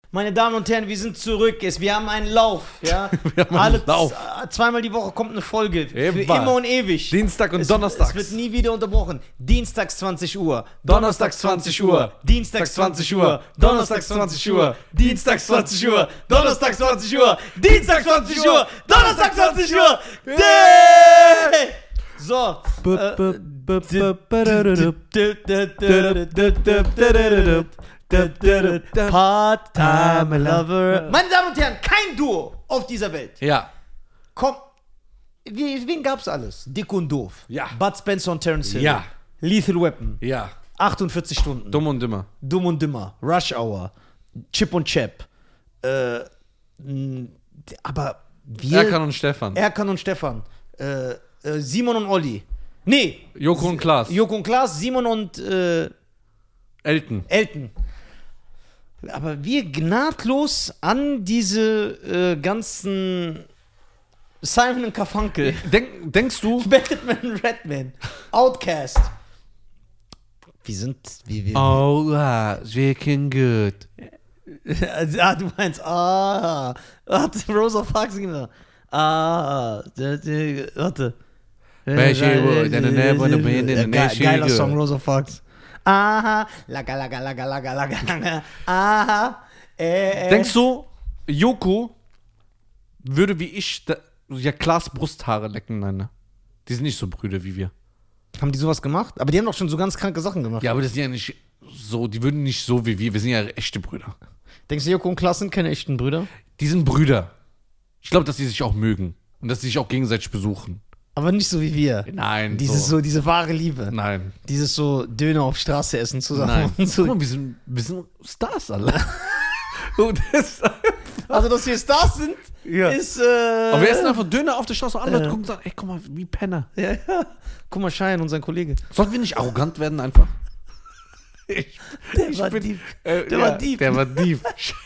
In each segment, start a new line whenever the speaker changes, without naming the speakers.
Meine Damen und Herren, wir sind zurück. Wir haben einen Lauf. Ja?
Wir haben einen Lauf.
Zweimal die Woche kommt eine Folge.
Eben.
Für immer und ewig.
Dienstag und Donnerstags.
Es wird nie wieder unterbrochen. Dienstags 20 Uhr.
Donnerstags 20 Uhr.
Dienstags 20 Uhr. Donnerstags 20 Uhr. Dienstags 20 Uhr. Donnerstags 20 Uhr. Dienstags 20 Uhr. Donnerstags 20 Uhr. So. Part-Time Lover. Meine Damen und Herren, kein Duo auf dieser Welt.
Ja.
Komm, wen gab's alles? Dick und Doof.
Ja.
Bud Spencer und Terence Hill.
Ja.
Lethal Weapon.
Ja.
48 Stunden.
Dumm und Dümmer.
Dumm und Dümmer. Rush Hour. Chip und Chap. Aber wir...
Erkan und Stefan.
Erkan und Stefan. Simon und Olli. Nee.
Joko und Klaas.
Joko und Klaas, Simon und
Elton.
Aber wir gnadlos an diese ganzen Simon und Garfunkel.
Denkst du?
Batman, Redman, Outcast. Wir
looking good.
Du meinst, hat Rosa Parks genau. Warte. Geiler Song, Rosa Parks. Aha, laga. Aha,
Denkst du, Joko würde wie ich Klaas Brusthaare lecken? Nein, ne? Die sind nicht so Brüder wie wir.
Haben die sowas gemacht? Aber die haben doch schon so ganz kranke Sachen gemacht.
Ja, aber das sind ja nicht so, die würden nicht so wie wir. Wir sind ja echte Brüder.
Denkst du, Joko und Klaas sind keine echten Brüder?
Die sind Brüder. Ich glaube, dass die sich auch mögen. Und dass sie sich auch gegenseitig besuchen.
Aber nicht so wie wir.
Nein.
Diese wahre Liebe.
Nein.
Dieses so Döner auf Straße essen zusammen.
Nein.
Und so.
Guck mal, wir sind Stars alle. Und
also, dass wir Stars sind,
ja.
ist...
Aber wir essen einfach Döner auf der Straße und andere gucken und sagen, ey, guck mal, wie Penner.
Ja. Guck mal, Schein und sein Kollege.
Sollten wir nicht arrogant werden einfach?
Der war Dieb.
Der war Dieb.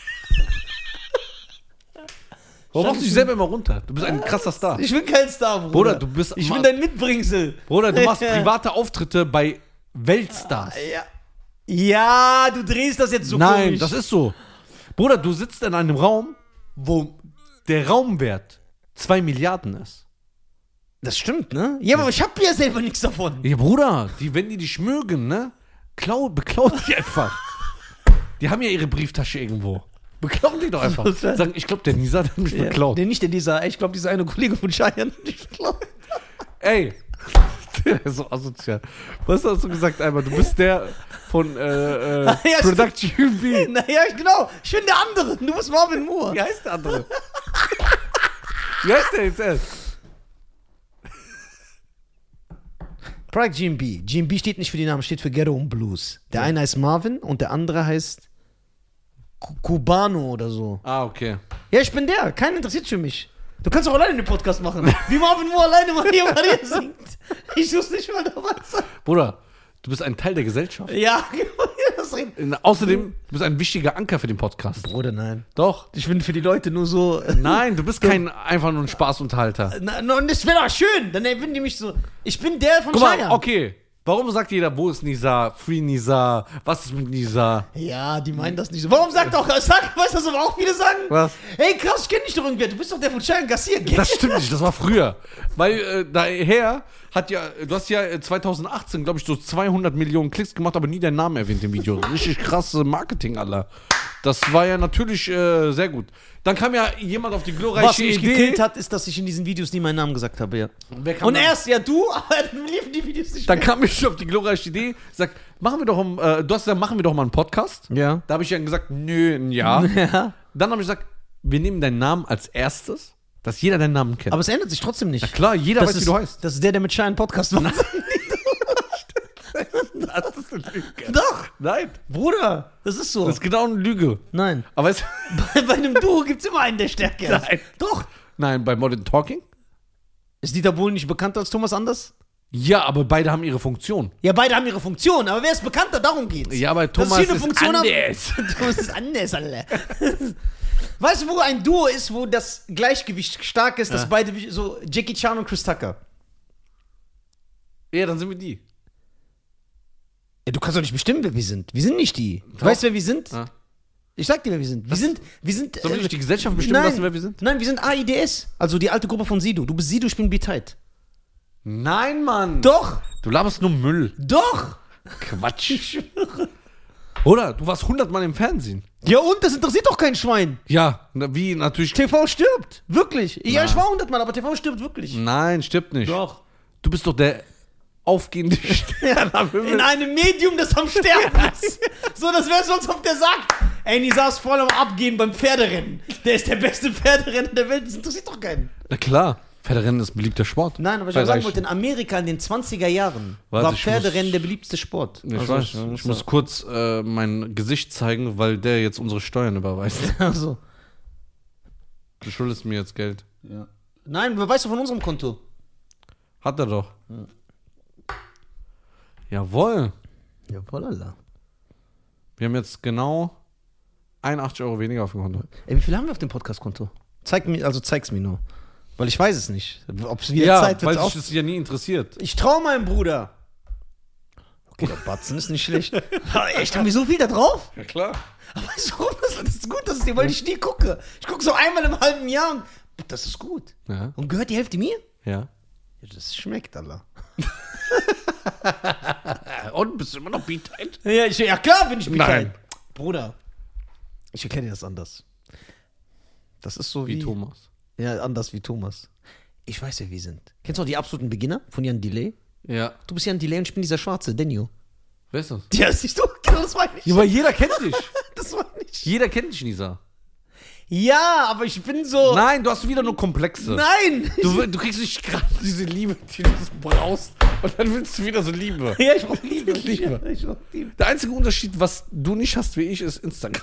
Warum machst du dich selber immer runter? Du bist ein krasser Star.
Ich bin kein Star, Bruder.
Du bist...
Ich bin dein Mitbringsel.
Bruder, du machst private Auftritte bei Weltstars.
Ja, du drehst das jetzt so komisch.
Nein, das ist so. Bruder, du sitzt in einem Raum, wo der Raumwert 2 Milliarden ist.
Das stimmt, ne? Ja, aber ich hab ja selber nichts davon.
Ja, Bruder, wenn die dich mögen, ne? Beklaut die einfach. Die haben ja ihre Brieftasche irgendwo. Beklauen die doch einfach. Sagen, ich glaube, der Nisa hat mich beklaut.
Nicht der Nisa, ich glaube, dieser eine Kollege von Cheyenne hat mich beklaut.
Ey, der ist so asozial. Was hast du gesagt einmal? Du bist der von Production B.
Naja, genau. Ich bin der andere. Du bist Marvin Moore.
Wie heißt der andere? Wie heißt der jetzt erst?
Pride GMB. GMB steht nicht für die Namen, steht für Ghetto und Blues. Der eine heißt Marvin und der andere heißt Cubano oder so.
Ah, okay.
Ja, ich bin der. Keiner interessiert für mich. Du kannst auch alleine den Podcast machen. Wie Marvin Moore alleine Maria singt. Ich muss nicht mal dabei sein.
Bruder, du bist ein Teil der Gesellschaft.
Ja, das reden.
Außerdem, du bist ein wichtiger Anker für den Podcast.
Bruder, nein.
Doch.
Ich bin für die Leute nur so...
Nein, du bist einfach nur ein Spaßunterhalter.
Und das wäre doch schön. Dann finden die mich so... Ich bin der von
Guck mal,
Cheyenne.
okay. Warum sagt jeder, wo ist Nisa? Free Nisa? Was ist mit Nisa?
Ja, die meinen das nicht so. Warum weißt du, was aber auch viele sagen?
Was?
Hey, krass, ich kenn dich doch irgendwer. Du bist doch der von Cheyenne Garcia.
Das stimmt nicht, das war früher. Weil daher du hast ja 2018, glaube ich, so 200 Millionen Klicks gemacht, aber nie deinen Namen erwähnt im Video. Richtig krasse Marketing, Alter. Das war ja natürlich sehr gut. Dann kam ja jemand auf die glorreiche
Was mich
Idee.
gekillt hat, ist, dass ich in diesen Videos nie meinen Namen gesagt habe, ja. Und erst, ja du, aber dann liefen die Videos nicht
Dann
mehr.
kam ich auf die glorreiche Idee, sagt, machen wir doch mal einen Podcast.
Ja.
Da habe ich ja gesagt, nö, ein Ja.
Ja.
Dann habe ich gesagt, wir nehmen deinen Namen als erstes, dass jeder deinen Namen kennt.
Aber es ändert sich trotzdem nicht.
Na klar, jeder weiß, wie du heißt.
Das ist der mit Cheyenne Podcast macht.
Das ist eine Lüge.
Doch.
Nein.
Bruder, das ist so.
Das ist genau eine Lüge.
Nein.
Aber
Bei einem Duo gibt es immer einen, der stärker ist.
Nein.
Doch.
Nein, bei Modern Talking?
Ist Dieter Bohlen nicht bekannter als Thomas Anders?
Ja, aber beide haben ihre Funktion.
Ja, beide haben ihre Funktion, aber wer ist bekannter? Darum geht's.
Ja, aber Thomas ist anders.
Thomas ist anders, Alter. Weißt du, wo ein Duo ist, wo das Gleichgewicht stark ist, dass beide so Jackie Chan und Chris Tucker?
Ja, dann sind wir die.
Ja, du kannst doch nicht bestimmen, wer wir sind. Wir sind nicht die. Weißt du, wer wir sind?
Ja.
Ich sag dir, wer wir sind. Wir sind
Sollen wir nicht die Gesellschaft bestimmen lassen, wer wir sind?
Nein, wir sind AIDS. Also die alte Gruppe von Sido. Du bist Sido, ich bin B-Tight.
Nein, Mann.
Doch.
Du laberst nur Müll.
Doch.
Quatsch. Ich schwöre. Oder? Du warst 100 Mal im Fernsehen.
Ja und? Das interessiert doch kein Schwein.
Ja, wie natürlich.
TV stirbt. Wirklich. Ja,
Na.
ich war 100 Mal, aber TV stirbt wirklich.
Nein, stimmt nicht.
Doch.
Du bist doch der aufgehende Stern am Himmel.
In einem Medium, das am Sterben ist. So, das wäre so, als ob der sagt, ey, Nisa ist voll am Abgehen beim Pferderennen. Der ist der beste Pferderenner der Welt. Das interessiert doch keinen.
Na klar, Pferderennen ist ein beliebter Sport.
Nein, aber ich sagen wollte, in Amerika in den 20er Jahren
Warte,
war
ich
Pferderennen der beliebteste Sport.
Ich weiß, ich muss kurz mein Gesicht zeigen, weil der jetzt unsere Steuern überweist.
Also.
Du schuldest mir jetzt Geld.
Ja. Nein, weißt du von unserem Konto?
Hat er doch. Ja. Jawohl.
Jawohl, Allah.
Wir haben jetzt genau 81 Euro weniger auf dem Konto.
Ey, wie viel haben wir auf dem Podcast-Konto? Zeig's mir nur. Weil ich weiß es nicht. Ob es wieder Zeit wird.
Weil sich das ja nie interessiert.
Ich trau meinem Bruder. Okay, der Batzen ist nicht schlecht. Echt, haben wir so viel da drauf?
Ja, klar.
Aber weißt du warum? Das ist gut, dass es dir, weil ich nie gucke. Ich gucke so einmal im halben Jahr und das ist gut.
Ja.
Und gehört die Hälfte mir?
Ja.
Ja, das schmeckt, Allah.
Und bist du immer noch B-Tight?
Ja, klar bin ich
Nein.
Bruder, ich erkenne dir das anders. Das ist so
Wie Thomas.
Ja, anders wie Thomas. Ich weiß ja, wie wir sind. Kennst du auch die absoluten Beginner von Jan Delay?
Ja.
Du bist Jan Delay und ich bin dieser Schwarze, Denio.
Wer ist das?
Ja, siehst du? Genau, das war ich.
Ja, aber jeder kennt dich.
Das war ich.
Jeder kennt dich, Nisa.
Ja, aber ich bin so...
Nein, du hast wieder nur Komplexe.
Nein!
Du kriegst nicht gerade diese Liebe, die du brauchst. Und dann willst du wieder so Liebe.
Ja, ich brauch Liebe.
Liebe.
Ja, ich brauch Liebe.
Der einzige Unterschied, was du nicht hast wie ich, ist Instagram.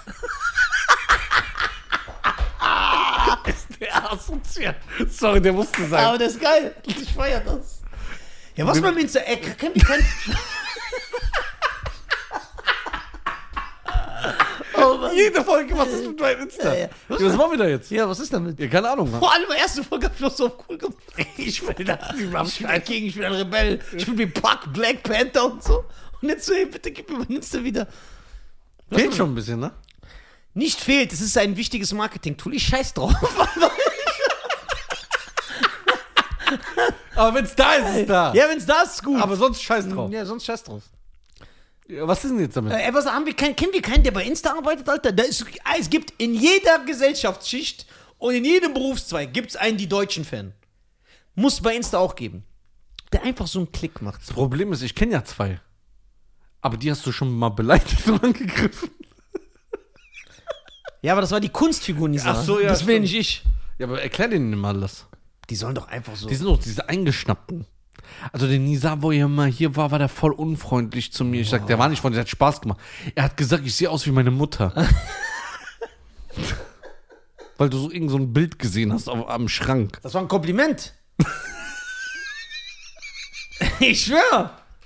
Ist der asozial. Sorry, der musste sein.
Aber das ist geil. Ich feier das. Ja, was beim Insta... Kein Oh Mann.
Jede Folge, was ist mit meinem Insta?
Ja.
Was machen wir da jetzt?
Ja, was ist damit?
Ja, keine Ahnung. Mann.
Vor allem erste Folge hab ich noch so auf cool gemacht. Ich bin ein King, ich bin ein Rebell. Ich bin wie Puck, Black Panther und so. Und jetzt so, hey, bitte gib mir mein Insta wieder.
Fehlt schon ein bisschen, ne?
Nicht fehlt, es ist ein wichtiges Marketing-Tool. Ich scheiß drauf.
Aber wenn es da ist, ist es da.
Ja, wenn's da ist, ist gut.
Aber sonst scheiß drauf.
Ja, sonst scheiß drauf.
Ja, was ist denn jetzt damit?
Was haben wir? Kennen wir keinen, der bei Insta arbeitet, Alter? Es gibt in jeder Gesellschaftsschicht und in jedem Berufszweig gibt's einen, die Deutschen-Fan. Muss bei Insta auch geben. Der einfach so einen Klick macht.
Das Problem ist, ich kenne ja 2. Aber die hast du schon mal beleidigt und angegriffen.
Ja, aber das war die Kunstfigur, Nisa.
Ach so, ja,
das will
stimmt.
nicht ich.
Ja, aber erklär denen mal das.
Die sollen doch einfach so.
Die sind doch diese Eingeschnappten. Also der Nisa, wo er mal hier war der voll unfreundlich zu mir. Ich sag, der war nicht freundlich, der hat Spaß gemacht. Er hat gesagt, ich sehe aus wie meine Mutter. Weil du so irgend so ein Bild gesehen hast am Schrank.
Das war ein Kompliment. Ich schwöre.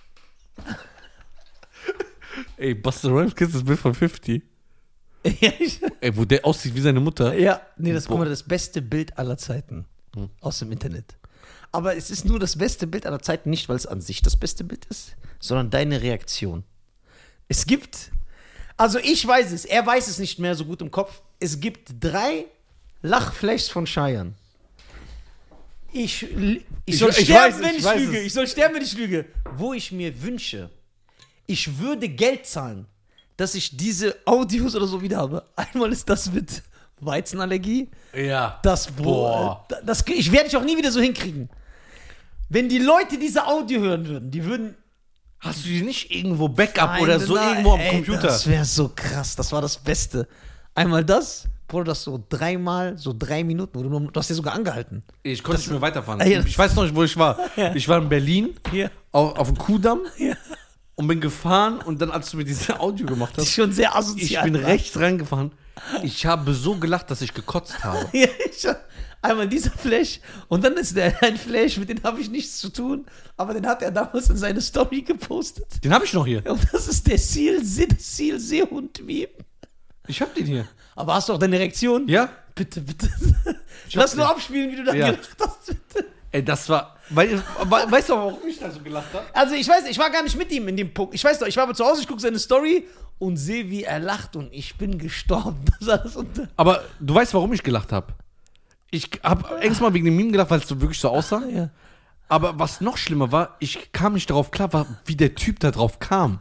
Ey, Busta Rhymes, kennst du das Bild von 50?
Ja,
Ey, wo der aussieht wie seine Mutter.
ja, nee, das ist das beste Bild aller Zeiten aus dem Internet. Aber es ist nur das beste Bild aller Zeiten, nicht weil es an sich das beste Bild ist, sondern deine Reaktion. Es gibt, also ich weiß es, er weiß es nicht mehr so gut im Kopf, es gibt 3 Lachflashs von Cheyenne. Ich soll sterben, wenn ich lüge. Ich soll sterben, wenn ich lüge. Wo ich mir wünsche, ich würde Geld zahlen, dass ich diese Audios oder so wieder habe. Einmal ist das mit Weizenallergie.
Ja.
Ich werde ich auch nie wieder so hinkriegen. Wenn die Leute diese Audio hören würden, die würden...
Hast du die nicht irgendwo Backup oder so irgendwo am Computer?
Das wäre so krass, das war das Beste. Einmal das, Bruder, das so 3 Mal, so 3 Minuten, du hast ja sogar angehalten.
Ich konnte nicht mehr weiterfahren.
Ja.
Ich weiß noch nicht, wo ich war.
Ja.
Ich war in Berlin,
Ja.
auf dem Kuhdamm
Ja.
und bin gefahren und dann, als du mir diese Audio gemacht
Das ist
hast,
schon sehr
ich
asozial.
bin rechts reingefahren. Ich habe so gelacht, dass ich gekotzt habe.
Ja, einmal dieser Flash und dann ist der ein Flash, mit dem habe ich nichts zu tun, aber den hat er damals in seine Story gepostet.
Den habe ich noch hier.
Und das ist der Seal-Seehund-Meme.
Ich habe den hier.
Aber hast du auch deine Reaktion?
Ja?
Bitte, bitte. Lass nur abspielen, wie du da
Ja.
gelacht hast, bitte.
Ey, das war. Weißt du, warum ich da so gelacht habe?
Also ich weiß, ich war gar nicht mit ihm in dem Punkt. Ich weiß doch, ich war aber zu Hause, ich gucke seine Story und sehe, wie er lacht und ich bin gestorben. Das alles unter.
Aber du weißt, warum ich gelacht habe? Ich habe erstmal wegen dem Meme gelacht, weil es so wirklich so aussah.
Ja.
Aber was noch schlimmer war, ich kam nicht darauf klar, wie der Typ da drauf kam.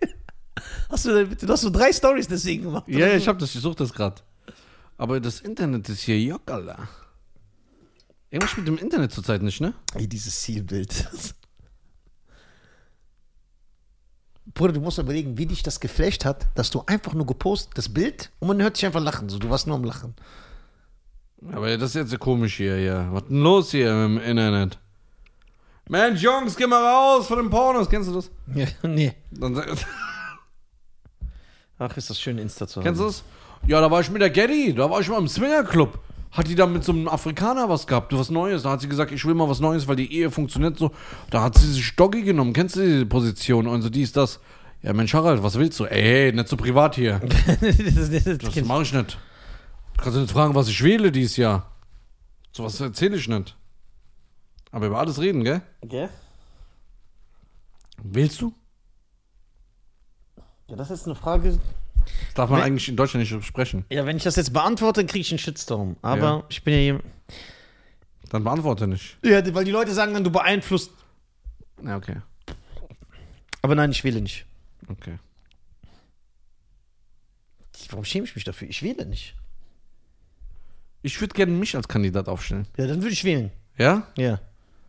Du hast so 3 Stories deswegen gemacht.
Ja, ich suche das gerade. Aber das Internet ist hier Jock, Alter. Irgendwas mit dem Internet zurzeit nicht, ne?
Ey, dieses Zielbild. Bruder, du musst überlegen, wie dich das geflasht hat, dass du einfach nur gepostet, das Bild, und man hört dich einfach lachen. So, du warst nur am Lachen.
Aber das ist jetzt so komisch hier, ja. Was ist denn los hier im Internet? Mensch, Jungs, geh mal raus von den Pornos. Kennst du das?
Ja, nee.
Dann,
Ach, ist das schön, Insta zu haben.
kennst du das? Ja, da war ich mit der Getty, da war ich mal im Swingerclub. Hat die da mit so einem Afrikaner was gehabt, was Neues. Da hat sie gesagt, ich will mal was Neues, weil die Ehe funktioniert so. Da hat sie sich Doggy genommen. Kennst du diese Position? Und so dies, das. Ja, Mensch, Harald, was willst du? Ey, nicht so privat hier. Das mache ich nicht. Du kannst nicht fragen, was ich wähle dieses Jahr. Sowas erzähle ich nicht. Aber über alles reden, gell?
Okay.
Wählst du?
Ja, das ist eine Frage.
Das darf man eigentlich in Deutschland nicht sprechen.
Ja, wenn ich das jetzt beantworte, kriege ich einen Shitstorm. Aber
Ja.
ich bin ja jemand.
Dann beantworte nicht.
Ja, weil die Leute sagen dann, du beeinflusst.
Ja, okay.
Aber nein, ich wähle nicht.
Okay.
Warum schäme ich mich dafür? Ich wähle nicht.
Ich würde gerne mich als Kandidat aufstellen.
Ja, dann würde ich wählen.
Ja?
Ja.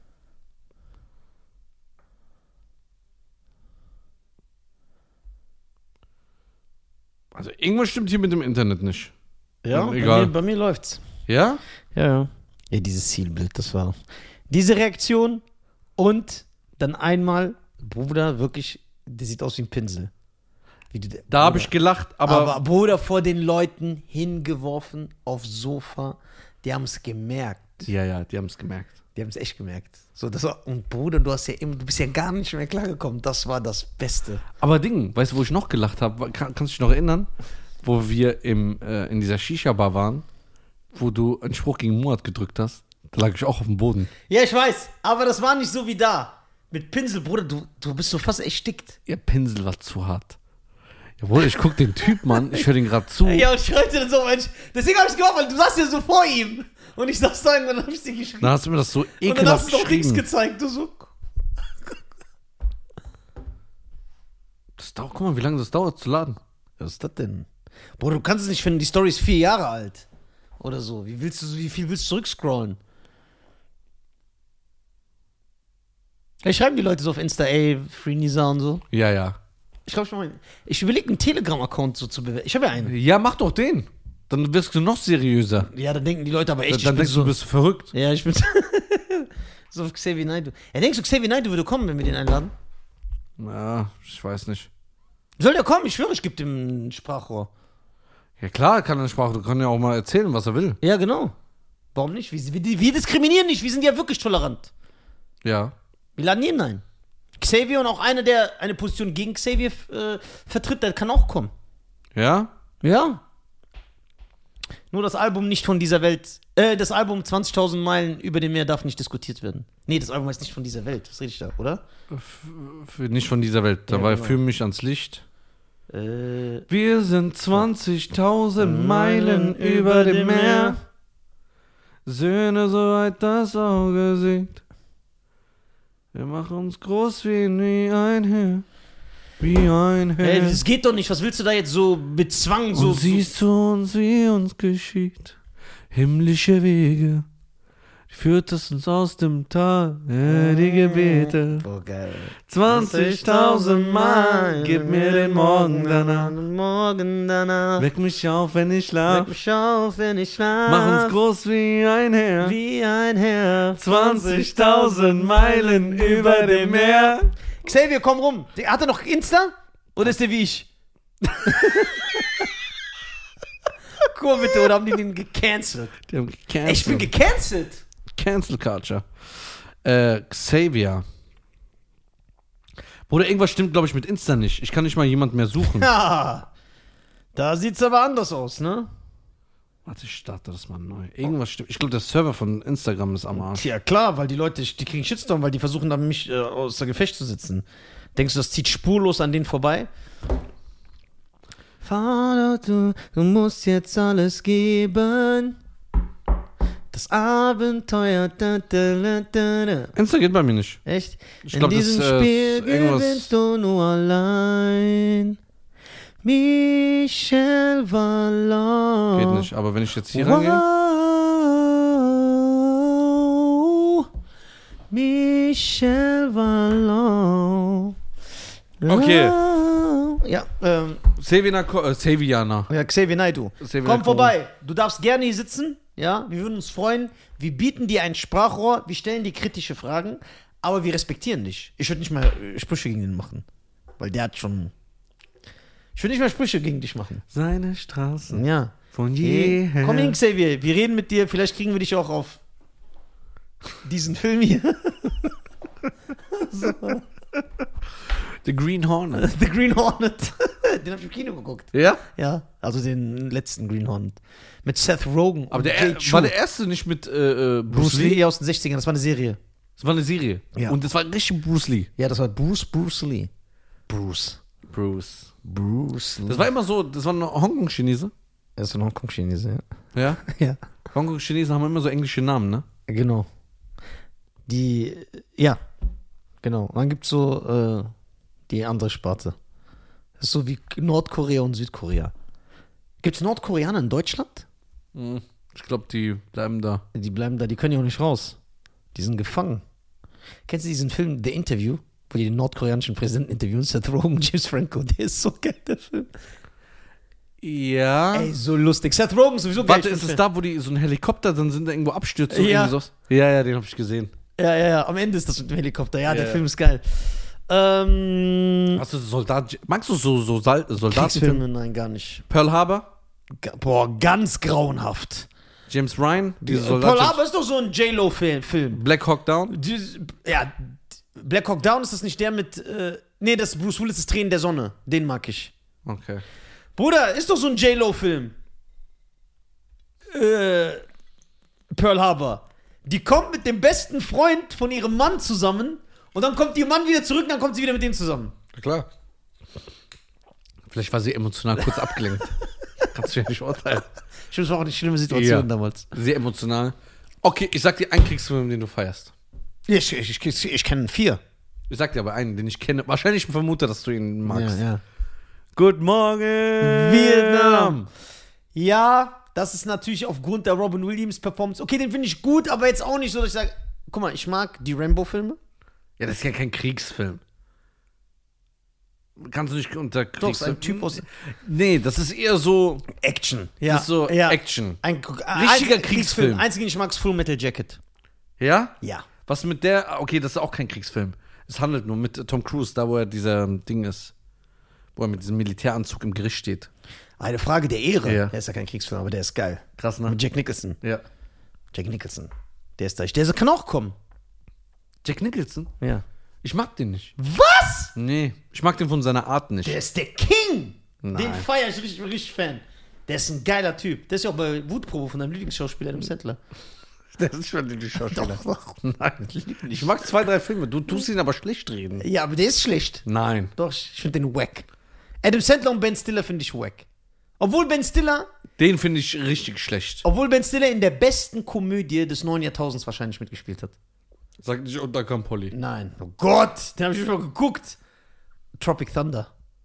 Also irgendwas stimmt hier mit dem Internet nicht.
Ja,
Egal.
bei mir läuft's.
Ja?
Ja, ja. Ja, dieses Zielbild, das war. Diese Reaktion und dann einmal, Bruder, wirklich, der sieht aus wie ein Pinsel.
Da habe ich gelacht,
Aber Bruder, vor den Leuten hingeworfen aufs Sofa. Die haben es gemerkt.
Ja, die haben es gemerkt.
Die haben es echt gemerkt. So, das war, und Bruder, du bist ja gar nicht mehr klargekommen. Das war das Beste.
Aber Ding, weißt du, wo ich noch gelacht habe? Kannst du dich noch erinnern? Wo wir in dieser Shisha-Bar waren, wo du einen Spruch gegen Muad gedrückt hast? Da lag ich auch auf dem Boden.
Ja, ich weiß, aber das war nicht so wie da. Mit Pinsel, Bruder, du bist so fast erstickt.
Ihr Pinsel war zu hart. Jawohl, ich guck den Typ an, ich höre den gerade zu.
Ja, und ich schreite dann so, Mensch. Deswegen habe ich gemacht, weil du saßt ja so vor ihm. Und ich saß da und dann habe ich dir geschrieben.
Dann hast du mir das so
Und dann
ekelhaft
hast du doch nichts
geschrieben.
gezeigt. Du so.
Das dauert, guck mal, wie lange das dauert zu laden.
Was ist das denn? Bruder, du kannst es nicht finden, die Story ist 4 Jahre alt. Oder so. Wie viel willst du zurückscrollen? Ja, schreiben die Leute so auf Insta, ey, Free Nisa und so.
Ja.
Ich glaube, ich überlege, einen Telegram-Account so zu bewerten. Ich habe ja einen.
Ja, mach doch den. Dann wirst du noch seriöser.
Ja, dann denken die Leute aber echt,
Dann denkst du, du bist verrückt.
Ja, ich bin so auf Xavier Naidoo. Ja, denkst du, Xavier Naidoo würde kommen, wenn wir den einladen?
Ja, ich weiß nicht.
Soll der kommen? Ich schwöre, ich gebe dem ein Sprachrohr.
Ja klar, kann er Sprache. Du kannst ja auch mal erzählen, was er will.
Ja, genau. Warum nicht? Wir diskriminieren nicht. Wir sind ja wirklich tolerant.
Ja.
Wir laden jeden ein. Xavier und auch einer, der eine Position gegen Xavier vertritt, der kann auch kommen.
Ja?
Ja. Nur das Album nicht von dieser Welt. Das Album 20.000 Meilen über dem Meer darf nicht diskutiert werden. Nee, das Album heißt nicht von dieser Welt. Was rede ich da, oder?
Nicht von dieser Welt. Dabei
genau.
fühl mich ans Licht. Wir sind 20.000 Meilen über dem Meer. Söhne, soweit das Auge sieht. Wir machen uns groß wie ein Heer. Wie ein Heer.
Ey, das geht doch nicht. Was willst du da jetzt so mit Zwang so?
Und siehst du uns, wie uns geschieht. Himmlische Wege. Führt es uns aus dem Tal, die Gebete.
Oh, geil.
20.000 Mal, gib mir den Morgen danach.
Morgen danach.
Weck mich auf, wenn ich
Weck
schlaf.
mich auf, wenn ich schlaf.
Mach uns groß wie ein Heer.
wie ein Herr.
20.000 Meilen über dem Meer.
Xavier, komm rum. Hat er noch Insta? Oder ist der wie ich? Guck mal bitte, oder haben die den gecancelt?
Die haben
Ey, ich bin gecancelt.
Cancel Culture. Xavier. Bruder, irgendwas stimmt, glaube ich, mit Insta nicht. Ich kann nicht mal jemand mehr suchen.
Ja. Da sieht's aber anders aus, ne?
Warte, ich starte das mal neu. Irgendwas stimmt. Ich glaube, der Server von Instagram ist am Arsch.
Ja, klar, weil die Leute, die kriegen Shitstorm, weil die versuchen dann mich außer Gefecht zu setzen. Denkst du, das zieht spurlos an denen vorbei? Vater, du musst jetzt alles geben. Das Abenteuer.
Insta geht bei mir nicht.
Echt?
Ich glaub,
In diesem
das,
Spiel
irgendwas-
gewinnst du nur allein. Michel Vallon.
Geht nicht. Aber wenn ich jetzt hier rangehe.
Wow. Michel Vallon.
Okay.
Ja,
Saviana.
ja, Xavier Naidoo.
Xavier
Komm
Naidoo.
vorbei. Du darfst gerne hier sitzen. Ja, wir würden uns freuen. Wir bieten dir ein Sprachrohr. Wir stellen dir kritische Fragen. Aber wir respektieren dich. Ich würde nicht mal Sprüche gegen ihn machen. Weil der hat schon... Ich würde nicht mal Sprüche gegen dich machen.
Seine Straße.
Ja.
Von
Okay.
jeher.
Komm hin, Xavier. Wir reden mit dir. Vielleicht kriegen wir dich auch auf diesen Film hier.
The Green Hornet.
The Green Hornet. Den habe ich im Kino geguckt.
Ja?
Ja, also den letzten Green Hornet. Mit Seth Rogen.
Aber
und Jay Chu.
war der erste nicht mit
Bruce Lee aus den 60ern. Das war eine Serie.
Das war eine Serie.
Ja.
Und das war richtig Bruce Lee.
Ja, das war Bruce Lee. Bruce Lee.
Das war immer so, das war ein Hongkong-Chinese.
Das ist ein Hongkong-Chinese,
Ja?
ja. Ja,
Hongkong-Chinesen haben immer so englische Namen, ne?
genau. Ja, genau. Und dann gibt es so die andere Sparte. Das ist so wie Nordkorea und Südkorea. Gibt es Nordkoreaner in Deutschland?
Ich glaube, die bleiben da.
Die bleiben da, die können ja auch nicht raus. Die sind gefangen. Kennst du diesen Film The Interview, wo die den nordkoreanischen Präsidenten interviewen? Seth Rogen, James Franco, der ist so geil, der Film.
Ja.
Ey, so lustig. Seth Rogen sowieso geil.
Warte, ist es da, wo die so ein Helikopter, dann sind da irgendwo Abstürze?
Ja.
Irgendwie sowas? Ja, den habe ich gesehen.
Ja, am Ende ist das mit dem Helikopter. Ja, der
Ja.
Film ist geil.
Hast du magst du so Soldatenfilme?
Kriegsfilme? Nein, gar nicht.
Pearl Harbor?
Boah, ganz grauenhaft.
James Ryan? Diese
Paul
Soldat
Harbor ist doch so ein J-Lo-Film.
Black Hawk Down?
Ja, Black Hawk Down ist das nicht der mit. Nee, das ist Bruce Willis, das Tränen der Sonne. Den mag ich.
Okay.
Bruder, ist doch so ein J-Lo-Film. Pearl Harbor. Die kommt mit dem besten Freund von ihrem Mann zusammen und dann kommt ihr Mann wieder zurück und dann kommt sie wieder mit dem zusammen.
Na klar. Vielleicht war sie emotional kurz abgelenkt. Kannst du ja nicht urteilen.
Stimmt, das war auch eine schlimme Situation
Ja.
damals.
Sehr emotional. Okay, ich sag dir einen Kriegsfilm, den du feierst.
Ich kenne 4.
Ich sag dir aber einen, den ich kenne. Wahrscheinlich vermute, dass du ihn magst.
Ja.
Good morning,
Vietnam. Ja, das ist natürlich aufgrund der Robin Williams Performance. Okay, den finde ich gut, aber jetzt auch nicht so, dass ich sage, guck mal, ich mag die Rambo-Filme.
Ja, das ist ja kein Kriegsfilm. Kannst du nicht unter
Doch, ist ein Typ aus
Nee, das ist eher so.
Action.
Das ist so Action.
Ein
Richtiger Kriegsfilm.
Einzigen, den ich mag, ist Full Metal Jacket.
Ja?
Ja.
Was mit der. Okay, das ist auch kein Kriegsfilm. Es handelt nur mit Tom Cruise, da wo er dieser Ding ist. Wo er mit diesem Militäranzug im Gericht steht.
Eine Frage der Ehre.
Ja.
Der ist ja kein Kriegsfilm, aber der ist geil.
Krass, ne?
Mit Jack Nicholson.
Ja.
Jack Nicholson. Der ist da. Der kann auch kommen.
Jack Nicholson?
Ja.
Ich mag den nicht.
Was?
Nee, ich mag den von seiner Art nicht.
Der ist der King.
Nein.
Den feiere ich richtig, richtig Fan. Der ist ein geiler Typ. Der ist ja auch bei Wutprobe von deinem Lieblingsschauspieler, dem Sandler.
Der ist schon die Schauspieler.
Doch.
Nein. Ich mag 2, 3 Filme. Du tust ihn aber schlecht reden.
Ja, aber der ist schlecht.
Nein.
Doch, ich finde den wack. Adam Sandler und Ben Stiller finde ich wack. Obwohl Ben Stiller
Den finde ich richtig schlecht.
in der besten Komödie des neuen Jahrtausends wahrscheinlich mitgespielt hat.
Sag nicht, und da kam Polly.
Nein. Oh Gott, den habe ich schon geguckt. Tropic Thunder.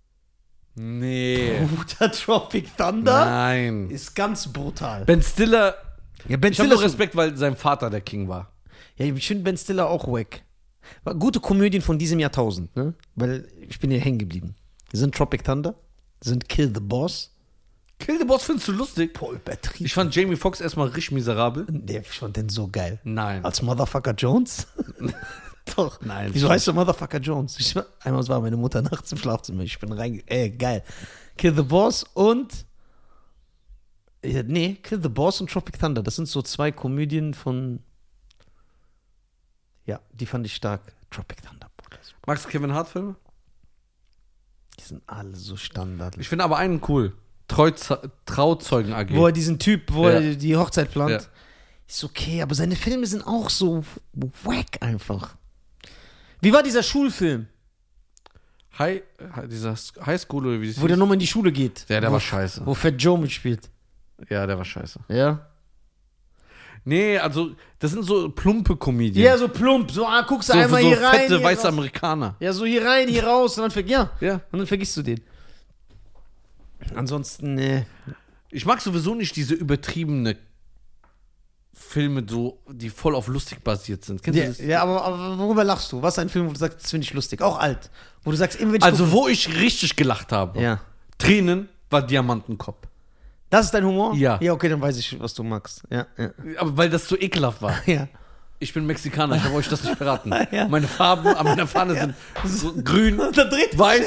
Nee.
Bruder, Tropic Thunder
Nein.
ist ganz brutal.
Ben Stiller.
Ja, Ben
Ich habe
Stiller
nur Respekt, weil sein Vater der King war.
Ja, ich finde Ben Stiller auch wack. Gute Komödien von diesem Jahrtausend, ne? Weil ich bin hier hängen geblieben. Sind Tropic Thunder, sind Kill the Boss.
Kill the Boss findest du lustig?
Boah, übertrieben.
Ich fand Jamie Foxx erstmal richtig miserabel.
Ich fand den so geil.
Nein.
Als Motherfucker Jones? Doch.
Nein.
Wieso heißt der Motherfucker Jones? Einmal war meine Mutter nachts im Schlafzimmer. Ich bin geil. Kill the Boss und Kill the Boss und Tropic Thunder. Das sind so 2 Komödien von. Ja, die fand ich stark. Tropic Thunder.
Magst du Kevin Hart Filme?
Die sind alle so standardlich.
Ich finde aber einen cool. Trauzeugen AG.
Wo er diesen Typ, wo
Ja.
er die Hochzeit plant.
Ja.
Ist okay, aber seine Filme sind auch so wack einfach. Wie war dieser Schulfilm,
Dieser Highschool oder wie das
wo der
hieß?
nochmal in die Schule geht?
Ja, der
wo,
war scheiße.
Wo Fat Joe mitspielt.
Ja, der war scheiße.
Ja?
Nee, also, das sind so plumpe Komedien.
Ja, so plump. So, guckst du
so,
einmal
so
hier rein.
fette
hier
weiße
raus.
Amerikaner.
Ja, so hier rein, hier raus. Und dann,
Ja.
und dann vergisst du den. Ansonsten,
Ich mag sowieso nicht diese übertriebene Filme, so, die voll auf lustig basiert sind. Kennst du
Ja,
das?
ja, aber worüber lachst du? Was ist ein Film, wo du sagst, das finde ich lustig? Auch alt. Wo du sagst, immer wenn ich
Also, wo ich richtig gelacht habe,
Ja.
Tränen, war Diamantenkopf.
Das ist dein Humor?
Ja.
Ja, okay, dann weiß ich, was du magst. Ja, ja.
Aber weil das so ekelhaft war.
Ja.
Ich bin Mexikaner, ich habe euch das nicht verraten.
Ja.
Meine Farben an meiner Fahne sind so grün,
Da dreht
weiß,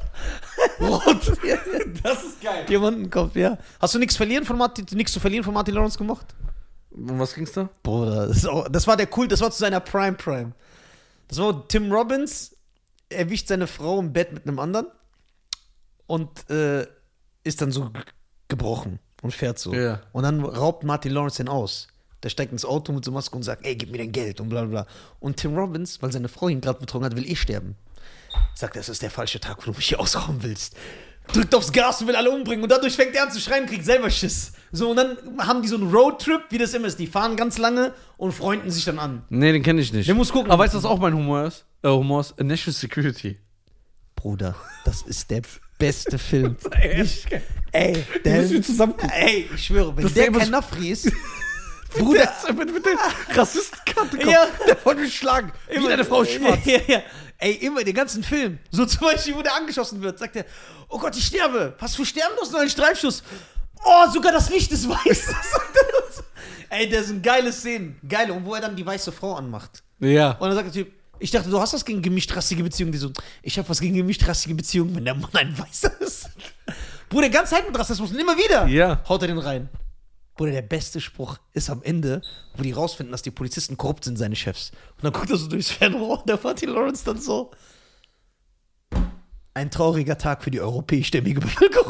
rot.
Ja.
Das ist geil.
Diamantenkopf, ja. Hast du nichts zu verlieren von Martin Lawrence gemacht?
Um was ging's da?
Bruder, das war der cool, das war zu seiner Prime. Das war Tim Robbins, erwischt seine Frau im Bett mit einem anderen und ist dann so gebrochen und fährt so.
Ja.
Und dann raubt Martin Lawrence den aus. Der steigt ins Auto mit so Maske und sagt, ey, gib mir dein Geld und bla bla bla. Und Tim Robbins, weil seine Frau ihn gerade betrogen hat, will sterben. Sagt, das ist der falsche Tag, wo du mich hier ausrauben willst. Drückt aufs Gas und will alle umbringen. Und dadurch fängt er an zu schreien, kriegt selber Schiss. So, und dann haben die so einen Roadtrip, wie das immer ist. Die fahren ganz lange und freunden sich dann an.
Nee, den kenne ich nicht.
Der muss gucken.
Aber weißt du, was auch mein Humor ist? Humor ist National Security.
Bruder, das ist der beste Film.
Ey,
Der,
müssen wir zusammen gucken.
ey, ich schwöre, wenn
Das
der
Thema
kein
ist-
Nafri ist, Bruder,
mit der Rassistenkarte kommt.
Ja.
Der wollte mich schlagen. Wie deine Frau ist schwarz.
Ja. Ey, immer den ganzen Film. So zum Beispiel, wo der angeschossen wird, sagt er, oh Gott, ich sterbe. Was für Sterben los? Nur ein Streifschuss. Oh, sogar das Licht ist weiß. Sagt er das. Ey, das sind geile Szenen. Geile. Und wo er dann die weiße Frau anmacht.
Ja.
Und dann sagt der Typ, ich dachte, du hast was gegen gemischtrassige Beziehungen. Die so, ich habe was gegen gemischtrassige Beziehungen, wenn der Mann ein Weißer ist. Bruder, ganz Zeit mit Rassismus und immer wieder
Ja.
haut er den rein. Bruder, der beste Spruch ist am Ende, wo die rausfinden, dass die Polizisten korrupt sind, seine Chefs. Und dann guckt er so durchs Fernrohr und der Martin Lawrence dann so. Ein trauriger Tag für die europäischstämmige Bevölkerung.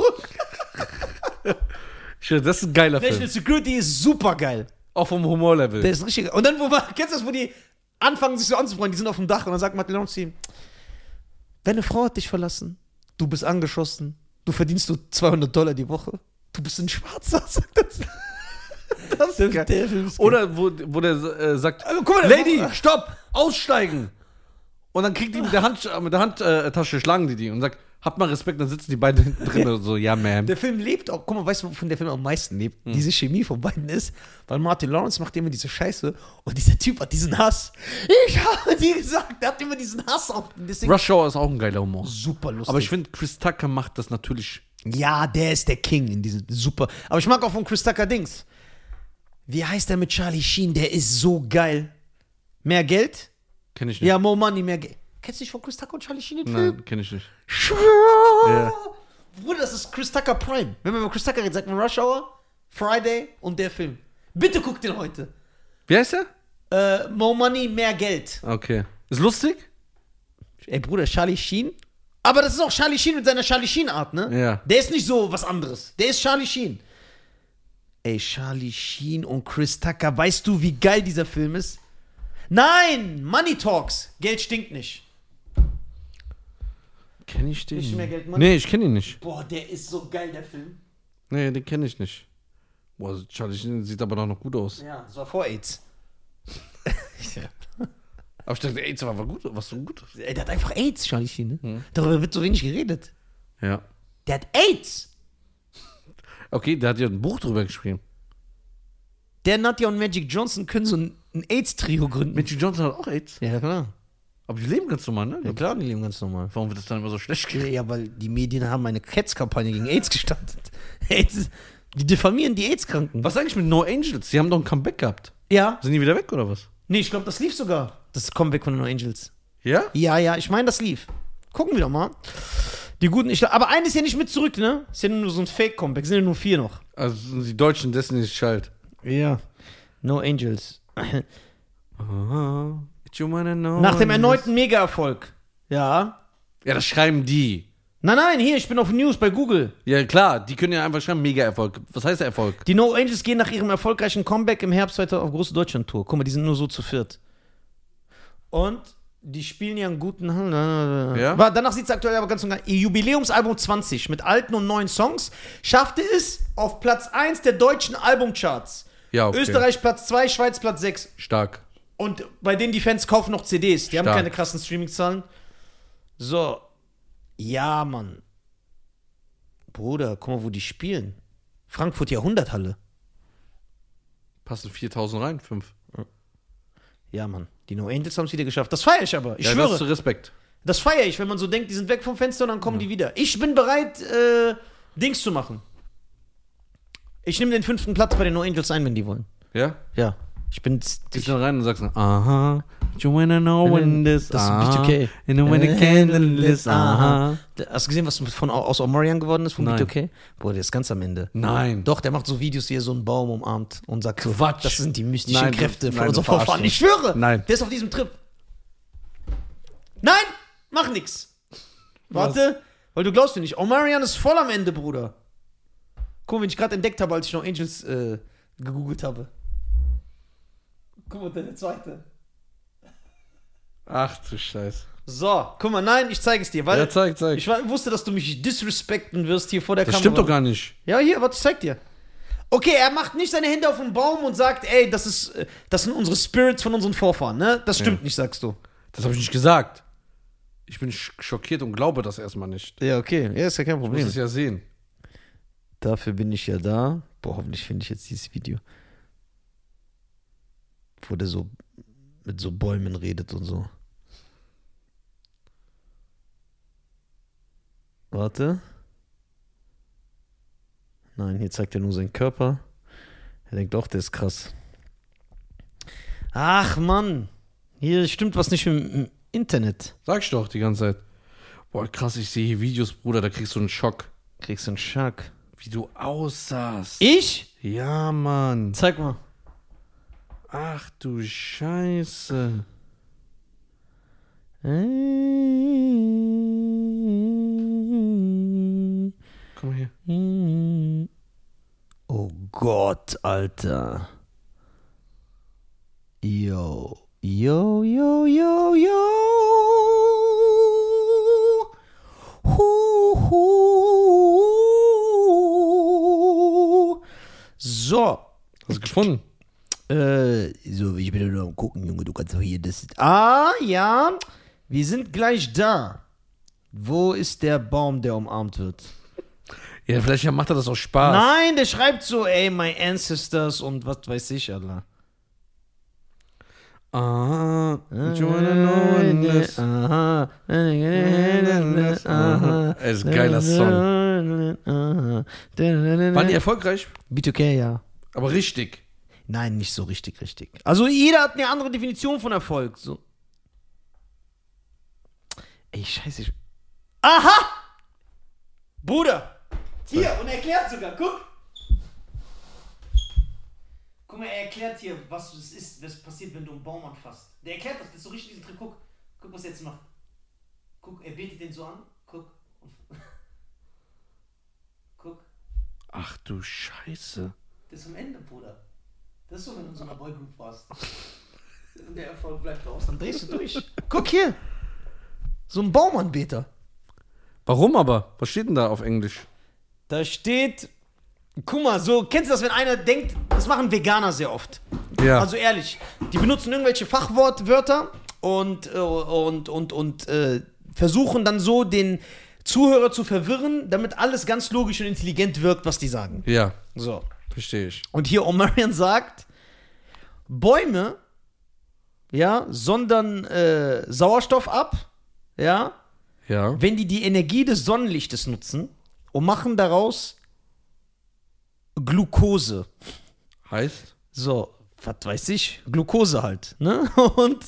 Das ist ein geiler
National
Film.
Security ist super geil.
Auch vom Humorlevel.
Der ist richtig geil. Und dann, kennst du das, wo die anfangen, sich so anzufreuen, die sind auf dem Dach und dann sagt Martin Lawrence zu ihm, deine Frau hat dich verlassen, du bist angeschossen, du verdienst nur $200 die Woche, du bist ein Schwarzer, sagt er. Das ist der Film ist geil.
Oder wo der sagt,
Also, guck mal,
Lady, stopp, aussteigen. Und dann kriegt die mit der Handtasche, schlagen die und sagt, habt mal Respekt, dann sitzen die beiden hinten drin und so, ja, man.
Der Film lebt auch, guck mal, weißt du, wovon der Film am meisten lebt? Diese Chemie von beiden ist, weil Martin Lawrence macht immer diese Scheiße und dieser Typ hat diesen Hass. Ich habe dir gesagt, der hat immer diesen Hass auf. Deswegen
Rush Hour ist auch ein geiler Humor.
super lustig.
Aber ich finde, Chris Tucker macht das natürlich.
ja, der ist der King in diesem super. Aber ich mag auch von Chris Tucker Dings. Wie heißt der mit Charlie Sheen? Der ist so geil. Mehr Geld?
Kenn ich nicht.
Ja, more money, mehr Geld. Kennst du nicht von Chris Tucker und Charlie Sheen den Film?
Nein, kenn ich nicht.
Ja. Bruder, das ist Chris Tucker Prime. Wenn man über Chris Tucker redet, sagt man Rush Hour, Friday und der Film. Bitte guck den heute.
Wie heißt der?
More Money, mehr Geld.
Okay. Ist lustig?
Ey, Bruder, Charlie Sheen. Aber das ist auch Charlie Sheen mit seiner Charlie Sheen-Art, ne?
Ja.
Der ist nicht so was anderes. Der ist Charlie Sheen. Ey, Charlie Sheen und Chris Tucker. Weißt du, wie geil dieser Film ist? Nein! Money Talks. Geld stinkt nicht.
Kenn ich den?
Nicht mehr Geld, Mann.
Nee, ich kenn ihn nicht.
Boah, der ist so geil, der Film.
Nee, den kenn ich nicht. Boah, Charlie Sheen sieht aber doch noch gut aus.
Ja, das war vor AIDS.
Aber ich dachte, AIDS war gut, was so gut.
Ey, der hat einfach AIDS, Charlie Sheen, ne? Darüber wird so wenig geredet.
Ja.
Der hat AIDS.
Okay, der hat ja ein Buch drüber geschrieben.
Der Nadja und Magic Johnson können so ein AIDS-Trio gründen.
Magic Johnson hat auch AIDS.
Ja, klar.
Aber die leben ganz normal, ne?
Ja, klar, die leben ganz normal.
Warum wird das dann immer so schlecht gehen?
Ja, weil die Medien haben eine Hetzkampagne gegen AIDS gestartet. AIDS, die diffamieren die AIDS-Kranken.
Was eigentlich mit No Angels? Die haben doch ein Comeback gehabt.
Ja.
Sind die wieder weg oder was?
Nee, ich glaube, das lief sogar. Das Comeback von den No Angels.
Ja?
Ja, ich meine, das lief. Gucken wir doch mal. Die guten, aber eine ist ja nicht mit zurück, ne? Ist ja nur so ein Fake-Comeback. Sind ja nur 4 noch.
Also sind die Deutschen Destiny's Child.
Ja. No Angels.
You wanna know
Nach dem erneuten Mega-Erfolg. Ja.
Ja, das schreiben die.
Nein, hier, ich bin auf News bei Google.
Ja, klar, die können ja einfach schreiben, Mega-Erfolg. Was heißt Erfolg?
Die No Angels gehen nach ihrem erfolgreichen Comeback im Herbst weiter auf große Deutschland-Tour. Guck mal, die sind nur so zu viert. Und die spielen ja einen guten...
Ja?
Danach sieht es aktuell aber ganz normal. Ihr Jubiläumsalbum 20 mit alten und neuen Songs schaffte es auf Platz 1 der deutschen Albumcharts.
Ja, okay.
Österreich Platz 2, Schweiz Platz 6.
Stark.
Und bei denen die Fans kaufen noch CDs. Die haben
Stark.
keine krassen Streaming-Zahlen. So. Ja, Mann. Bruder, guck mal, wo die spielen. Frankfurt Jahrhunderthalle.
Passen 4.000 rein, 5.
Ja, Mann. Die No Angels haben es wieder geschafft. Das feiere ich aber. Ich
Ja,
schwöre.
das ist Respekt.
Das feiere ich, wenn man so denkt, die sind weg vom Fenster und dann kommen die wieder. Ich bin bereit, Dings zu machen. Ich nehme den 5. Platz bei den No Angels ein, wenn die wollen.
Ja?
Ja. Ich bin...
Gehst du da rein und sagst, aha, you wanna know when this,
Das ist
aha,
B2K.
you know when the candle is, aha.
Hast du gesehen, was aus Omarion geworden ist von
Nein.
B2K? Boah, der ist ganz am Ende.
Nein.
Doch, der macht so Videos, wie er so einen Baum umarmt und sagt so,
Quatsch.
das sind die mystischen
Nein,
Kräfte von
nein,
unserem
du verarschst
Vorfahren.
mich.
Ich schwöre.
Nein.
Der ist auf diesem Trip. Nein, mach nix. Warte, weil du glaubst mir nicht. Omarion ist voll am Ende, Bruder. Guck mal, wen ich gerade entdeckt habe, als ich noch Angels gegoogelt habe. Guck mal, der zweite.
Ach du Scheiße.
So, guck mal, nein, ich zeige es dir, weil
Ja, zeig.
ich wusste, dass du mich disrespekten wirst hier vor der
Das
Kamera.
stimmt doch gar nicht.
Ja, hier, warte, ich zeig dir. Okay, er macht nicht seine Hände auf den Baum und sagt, ey, das sind unsere Spirits von unseren Vorfahren, ne? Das stimmt nicht, sagst du.
Das habe ich nicht gesagt. Ich bin schockiert und glaube das erstmal nicht.
Ja, okay, ja, ist ja kein
Ich muss
Problem.
es ja sehen.
Dafür bin ich ja da. Boah, hoffentlich finde ich jetzt dieses Video. Wo der so mit so Bäumen redet und so. Warte. Nein, hier zeigt er nur seinen Körper. Er denkt auch, der ist krass. Ach, Mann. Hier stimmt was nicht im Internet.
Sag ich doch die ganze Zeit. Boah, krass, ich sehe hier Videos, Bruder, da kriegst du einen Schock.
Kriegst du einen Schock.
Wie du aussahst.
Ich?
Ja, Mann.
Zeig mal.
Ach du Scheiße. Komm mal hier.
Oh Gott, Alter. Yo. Yo, yo, yo, yo. So.
Hast du gefunden?
So, ich bin nur am gucken, Junge, du kannst doch hier das. Ah, ja. Wir sind gleich da. Wo ist der Baum, der umarmt wird?
Ja, vielleicht macht er das auch Spaß.
Nein, der schreibt so, ey, my ancestors und was weiß ich, Alter.
Ah, you wanna know when this.
Aha.
Es ist ein geiler Song. Waren die erfolgreich?
B2K, ja.
Aber richtig.
Nein, nicht so richtig. Also jeder hat eine andere Definition von Erfolg. So. Ey, scheiße. Aha! Bruder! Hier, und er erklärt sogar, guck! Guck mal, er erklärt hier, was es ist, was passiert, wenn du einen Baum anfasst. Der erklärt das ist so richtig diesen Trick. Guck, was er jetzt macht. Guck, er betet den so an. Guck. Guck.
Ach du Scheiße.
Das ist am Ende, Bruder. Das ist so, wenn du in so einer Boygroup warst. Und der Erfolg bleibt aus. Dann drehst du durch. Guck hier. So ein Baumanbeter.
Warum aber? Was steht denn da auf Englisch?
Da steht, guck mal, so, kennst du das, wenn einer denkt, das machen Veganer sehr oft.
Ja.
Also ehrlich, die benutzen irgendwelche Fachwörter und versuchen dann so den Zuhörer zu verwirren, damit alles ganz logisch und intelligent wirkt, was die sagen.
Ja,
So.
verstehe ich.
Und hier Omarion sagt, Bäume, ja, sondern Sauerstoff ab, ja,
Ja.
wenn die Energie des Sonnenlichtes nutzen und machen daraus Glucose.
Heißt?
So, was weiß ich, Glucose halt, ne? Und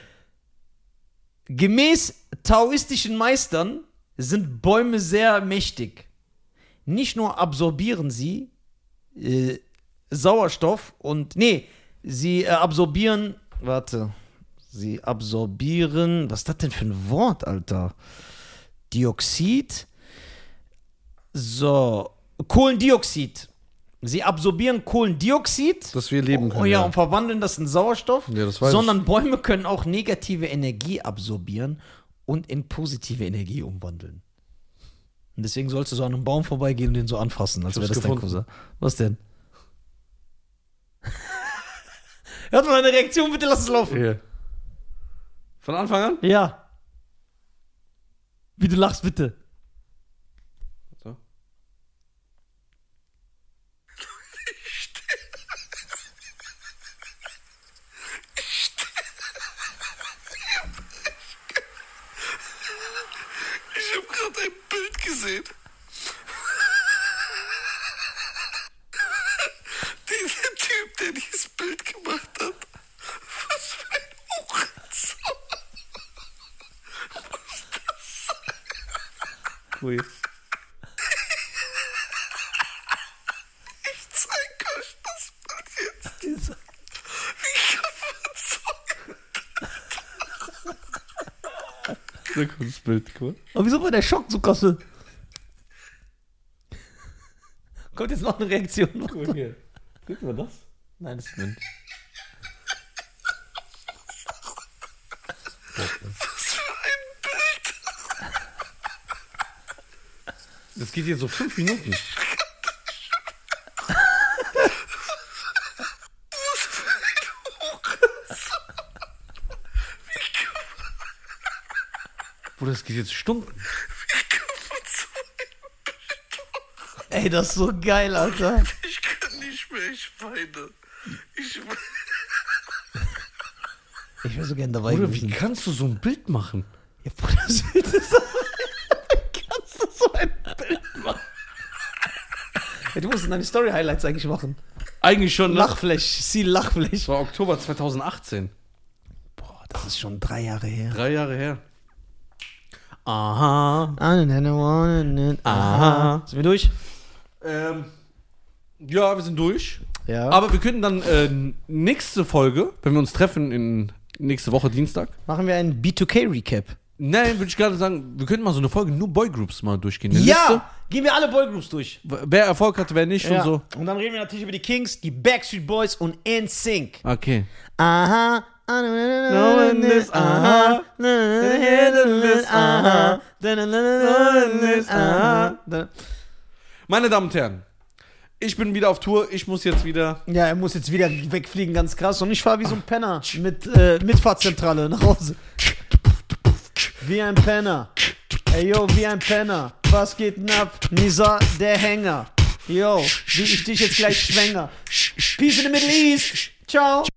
gemäß taoistischen Meistern sind Bäume sehr mächtig. Nicht nur absorbieren sie Sauerstoff und, sie absorbieren, sie absorbieren, was ist das denn für ein Wort, Alter? Dioxid, So, Kohlendioxid. Sie absorbieren Kohlendioxid.
Dass wir leben können.
Oh ja, und verwandeln das in Sauerstoff.
Ja, das weiß
sondern Bäume können auch negative Energie absorbieren und in positive Energie umwandeln. Und deswegen sollst du so an einem Baum vorbeigehen und den so anfassen, als wäre das dein Cousin. Was denn? Hört mal eine Reaktion, bitte lass es laufen.
Ja. Von Anfang an?
Ja. Wie du lachst, bitte.
So.
Ich habe gerade ein Bild gesehen. Dieser Typ, der dieses Bild gemacht hat. Was für ein Hurensohn.
Cool.
Ich zeig euch das Bild jetzt. Wie kann man so...
Sehr cooles Bild, cool.
Aber wieso war der Schock so krass? Kommt jetzt noch eine Reaktion?
Cool, hier. Guck mal das.
Nein, das ist Mensch.
Was für ein Bild.
Das geht jetzt so 5 Minuten.
Was für ein Hurensohn. Wie kann
Bruder, das geht jetzt Stunden.
man so...
Ey, das ist so geil, Alter.
Ich kann nicht mehr, ich weine.
Ich wäre so gern dabei
Bruder, wie
gewesen.
kannst du so ein Bild machen?
Ja, Bruder, das ist so... Kannst du so ein Bild machen? Ja, du musst deine Story-Highlights eigentlich machen.
Eigentlich schon, ne?
Lachflash, Lachflash.
Das war Oktober 2018.
Boah, das ist schon 3 Jahre her.
3 Jahre her.
Aha. Aha. Sind wir durch?
Ja, wir sind durch.
Ja.
Aber wir könnten dann nächste Folge, wenn wir uns treffen in nächste Woche Dienstag.
Machen wir einen B2K-Recap.
Nein, würde ich gerade sagen, wir könnten mal so eine Folge nur Boygroups mal durchgehen. Eine Liste,
Ja! Gehen wir alle Boygroups durch.
wer Erfolg hatte, wer nicht und so.
Und dann reden wir natürlich über die Kings, die Backstreet Boys und NSYNC.
Okay.
Aha.
Meine Damen und Herren, ich bin wieder auf Tour. Ich muss jetzt wieder...
Ja, er muss jetzt wieder wegfliegen, ganz krass. Und ich fahre wie so ein Penner mit Mitfahrzentrale nach Hause. Wie ein Penner. Ey, yo, wie ein Penner. Was geht denn ab? Nisa, der Hänger. Yo, wie ich dich jetzt gleich schwänger. Peace in the Middle East. Ciao.